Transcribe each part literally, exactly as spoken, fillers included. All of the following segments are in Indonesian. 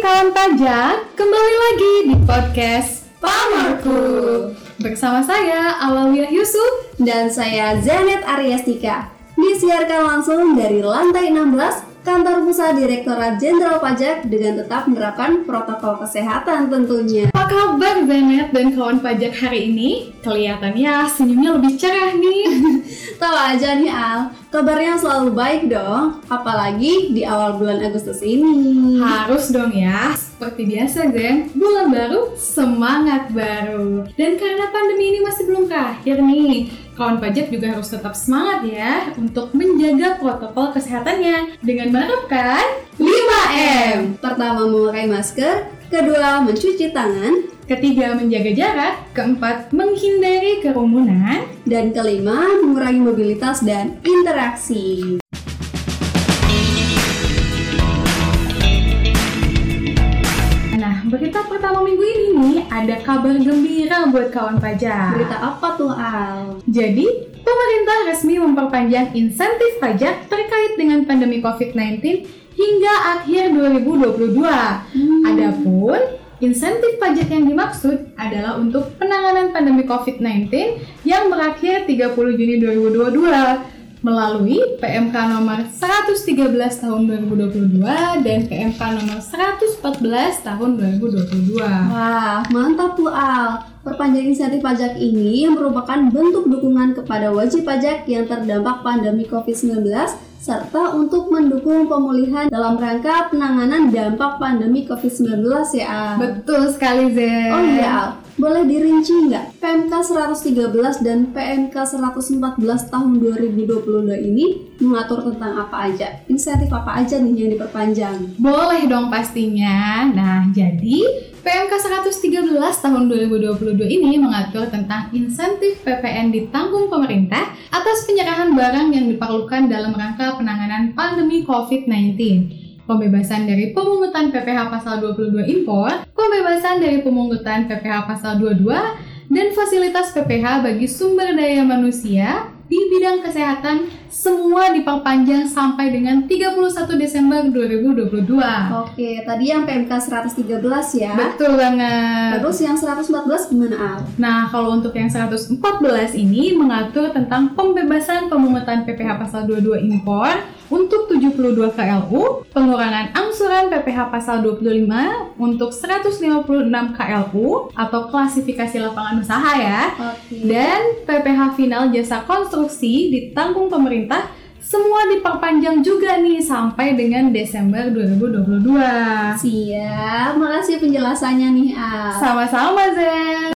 kawan pajak, kembali lagi di podcast Pamarku. Bersama saya Alawiyah Yusuf dan saya Zanet Aryastika. Disiarkan langsung dari lantai enam belas Kantor Pusat Direktorat Jenderal Pajak dengan tetap menerapkan protokol kesehatan tentunya. Apa kabar Zanet dan kawan pajak hari ini? Kelihatannya senyumnya lebih cerah nih. Tahu aja nih Al, kabarnya selalu baik dong, apalagi di awal bulan Agustus ini. Harus dong ya, seperti biasa Zen, bulan baru, semangat baru. Dan karena pandemi ini masih belum berakhir nih, kawan pajak juga harus tetap semangat ya untuk menjaga protokol kesehatannya dengan menerapkan lima M. Pertama, memakai masker. Kedua, mencuci tangan. Ketiga, menjaga jarak. Keempat, menghindari kerumunan. Dan kelima, mengurangi mobilitas dan interaksi. Nah, berita pertama minggu ini nih ada kabar gembira buat kawan pajak. Berita apa tuh Al? Jadi, pemerintah resmi memperpanjang insentif pajak terkait dengan pandemi covid sembilan belas hingga akhir dua ribu dua puluh dua. Hmm. Adapun insentif pajak yang dimaksud adalah untuk penanganan pandemi covid sembilan belas yang berakhir tiga puluh Juni dua ribu dua puluh dua melalui P M K nomor seratus tiga belas tahun dua ribu dua puluh dua dan P M K nomor seratus empat belas tahun dua ribu dua puluh dua. Wah, mantap tuh Al. Perpanjangan insentif pajak ini merupakan bentuk dukungan kepada wajib pajak yang terdampak pandemi covid sembilan belas serta untuk mendukung pemulihan dalam rangka penanganan dampak pandemi covid sembilan belas ya Al. Betul sekali Zen. Oh iya Al, boleh dirinci nggak? P M K seratus tiga belas dan P M K seratus empat belas tahun dua ribu dua puluh dua ini mengatur tentang apa aja? Insentif apa aja nih yang diperpanjang? Boleh dong pastinya. Nah, jadi P M K seratus tiga belas tahun dua ribu dua puluh dua ini mengatur tentang insentif P P N ditanggung pemerintah atas penyerahan barang yang diperlukan dalam rangka penanganan pandemi covid sembilan belas. Pembebasan dari pemungutan P P H pasal dua puluh dua impor, pembebasan dari pemungutan P P H pasal dua puluh dua, dan fasilitas P P H bagi sumber daya manusia di bidang kesehatan semua diperpanjang sampai dengan tiga puluh satu Desember dua ribu dua puluh dua. Oke, tadi yang P M K seratus tiga belas ya. Betul banget. Terus yang seratus empat belas gimana Al? Nah, kalau untuk yang seratus empat belas ini mengatur tentang pembebasan pemungutan P P H pasal dua puluh dua impor untuk tujuh puluh dua K L U, pengurangan angsuran P P H pasal dua puluh lima untuk seratus lima puluh enam K L U atau klasifikasi lapangan usaha ya. Oke. Dan P P H final jasa konstruksi ditanggung pemerintah semua diperpanjang juga nih sampai dengan Desember dua ribu dua puluh dua. Siap, makasih penjelasannya nih Al. Sama-sama Zen.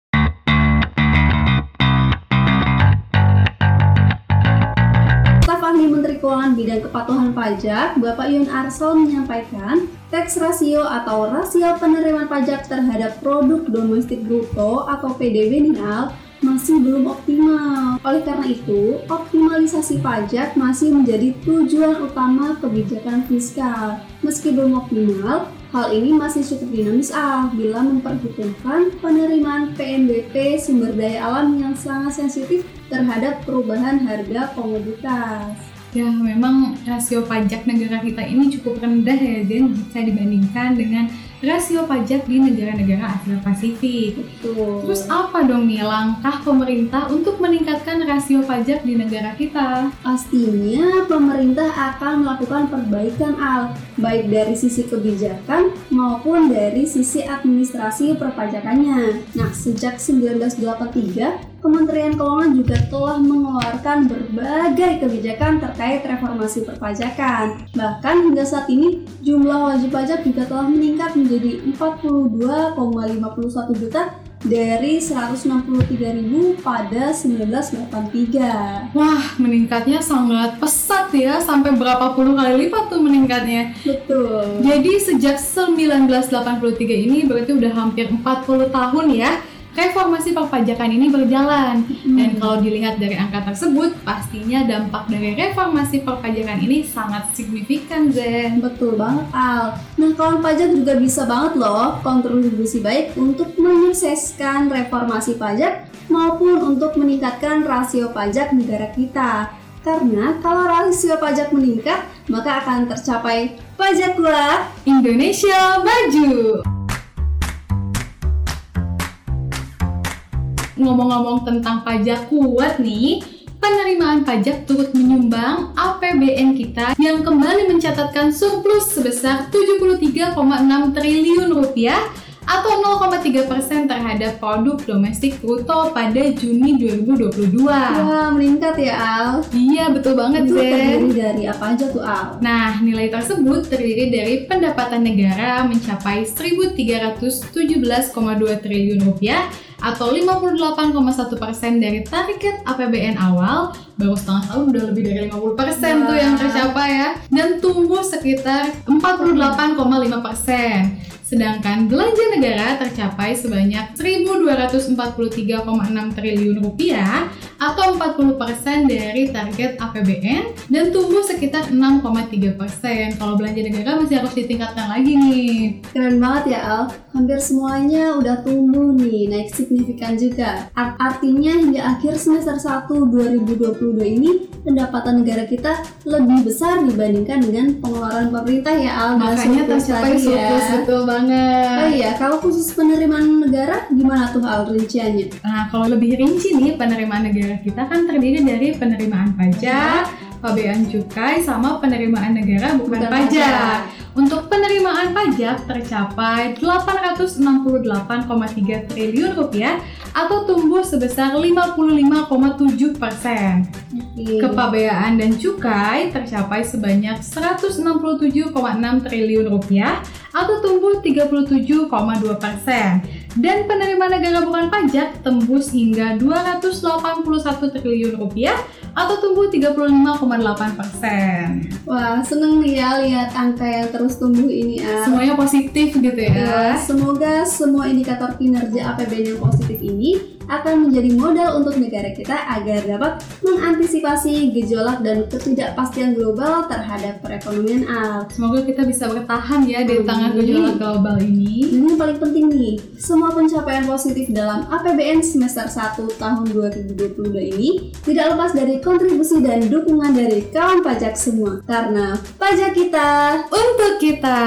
Staf Ahli Menteri Keuangan Bidang Kepatuhan Pajak, Bapak Yun Arsal menyampaikan, tax ratio atau rasio penerimaan pajak terhadap produk domestik bruto atau P D B nih Al, masih belum optimal. Oleh karena itu, optimalisasi pajak masih menjadi tujuan utama kebijakan fiskal. Meski belum optimal, hal ini masih cukup dinamis Al bila memperhitungkan penerimaan P N B P sumber daya alam yang sangat sensitif terhadap perubahan harga komoditas. Ya, memang rasio pajak negara kita ini cukup rendah ya Zen jika dibandingkan dengan rasio pajak di negara-negara Asia Pasifik. Betul. Terus apa dong nih langkah pemerintah untuk meningkatkan rasio pajak di negara kita? Pastinya pemerintah akan melakukan perbaikan Al, baik dari sisi kebijakan maupun dari sisi administrasi perpajakannya. Nah, sejak seribu sembilan ratus delapan puluh tiga, Kementerian Keuangan juga telah mengeluarkan berbagai kebijakan terkait reformasi perpajakan. Bahkan hingga saat ini, jumlah wajib pajak juga telah meningkat menjadi empat puluh dua koma lima satu juta dari seratus enam puluh tiga ribu pada seribu sembilan ratus delapan puluh tiga. Wah, meningkatnya sangat pesat ya, sampai berapa puluh kali lipat tuh meningkatnya. Betul. Jadi sejak seribu sembilan ratus delapan puluh tiga ini berarti udah hampir empat puluh tahun ya reformasi perpajakan ini berjalan. Hmm. Dan kalau dilihat dari angka tersebut, pastinya dampak dari reformasi perpajakan ini sangat signifikan, Zen. Betul banget, Al. Nah, kawan pajak juga bisa banget loh kontribusi baik untuk menyukseskan reformasi pajak maupun untuk meningkatkan rasio pajak negara kita. Karena kalau rasio pajak meningkat, maka akan tercapai pajak kuat, Indonesia maju. Ngomong-ngomong tentang pajak kuat nih, penerimaan pajak turut menyumbang A P B N kita yang kembali mencatatkan surplus sebesar tujuh puluh tiga koma enam triliun rupiah atau nol koma tiga persen terhadap produk domestik bruto pada Juni dua ribu dua puluh dua. Wah, meningkat ya, Al. Iya, betul banget, Itu Zen. terdiri dari apa aja tuh, Al? Nah, nilai tersebut terdiri dari pendapatan negara mencapai seribu tiga ratus tujuh belas koma dua triliun rupiah atau lima puluh delapan koma satu persen dari target A P B N awal. Baru setengah tahun udah lebih dari lima puluh persen tuh yang tercapai ya. Dan tumbuh sekitar empat puluh delapan koma lima persen. Sedangkan belanja negara tercapai sebanyak seribu dua ratus empat puluh tiga koma enam triliun rupiah atau empat puluh persen dari target A P B N dan tumbuh sekitar enam koma tiga persen. Kalau belanja negara masih harus ditingkatkan lagi nih. Keren banget ya, Al. Hampir semuanya udah tumbuh nih, naik signifikan juga. Art- artinya hingga akhir semester satu dua ribu dua puluh dua ini pendapatan negara kita lebih besar dibandingkan dengan pengeluaran pemerintah ya, Al. Dan Makanya surplus tercapai tadi surplus, ya. betul banget. Oh iya, kalau khusus penerimaan negara gimana tuh, Al, rinciannya? Nah, kalau lebih rinci nih, penerimaan negara kita kan terdiri dari penerimaan pajak, pabean cukai, sama penerimaan negara bukan, Bukan pajak. pajak. Untuk penerimaan pajak tercapai delapan ratus enam puluh delapan koma tiga triliun rupiah atau tumbuh sebesar lima puluh lima koma tujuh persen. Oke. Kepabean dan cukai tercapai sebanyak seratus enam puluh tujuh koma enam triliun rupiah atau tumbuh tiga puluh tujuh koma dua persen. Dan penerimaan negara bukan pajak tembus hingga dua ratus delapan puluh satu triliun rupiah atau tumbuh tiga puluh lima koma delapan persen. Wah, seneng nih ya lihat angka yang terus tumbuh ini, Al. Semuanya positif gitu Ya, ya. semoga semua indikator kinerja A P B N yang positif ini akan menjadi modal untuk negara kita agar dapat mengantisipasi gejolak dan ketidakpastian global terhadap perekonomian, Al. Semoga kita bisa bertahan ya di Amin. tengah gejolak global ini. Ini yang paling penting nih, semua pencapaian positif dalam A P B N semester satu tahun dua ribu dua puluh dua ini tidak lepas dari kontribusi dan dukungan dari kawan pajak semua. Karena pajak kita Untuk kita.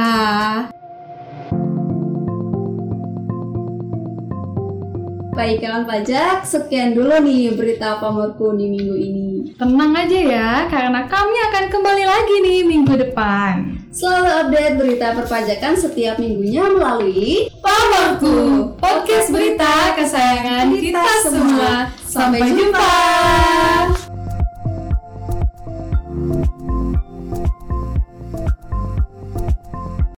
Baik kawan pajak, sekian dulu nih berita Pamorku di minggu ini. Tenang aja ya, karena kami akan kembali lagi nih minggu depan. Selalu update berita perpajakan setiap minggunya melalui Pamorku, podcast berita kesayangan kita semua. Sampai jumpa.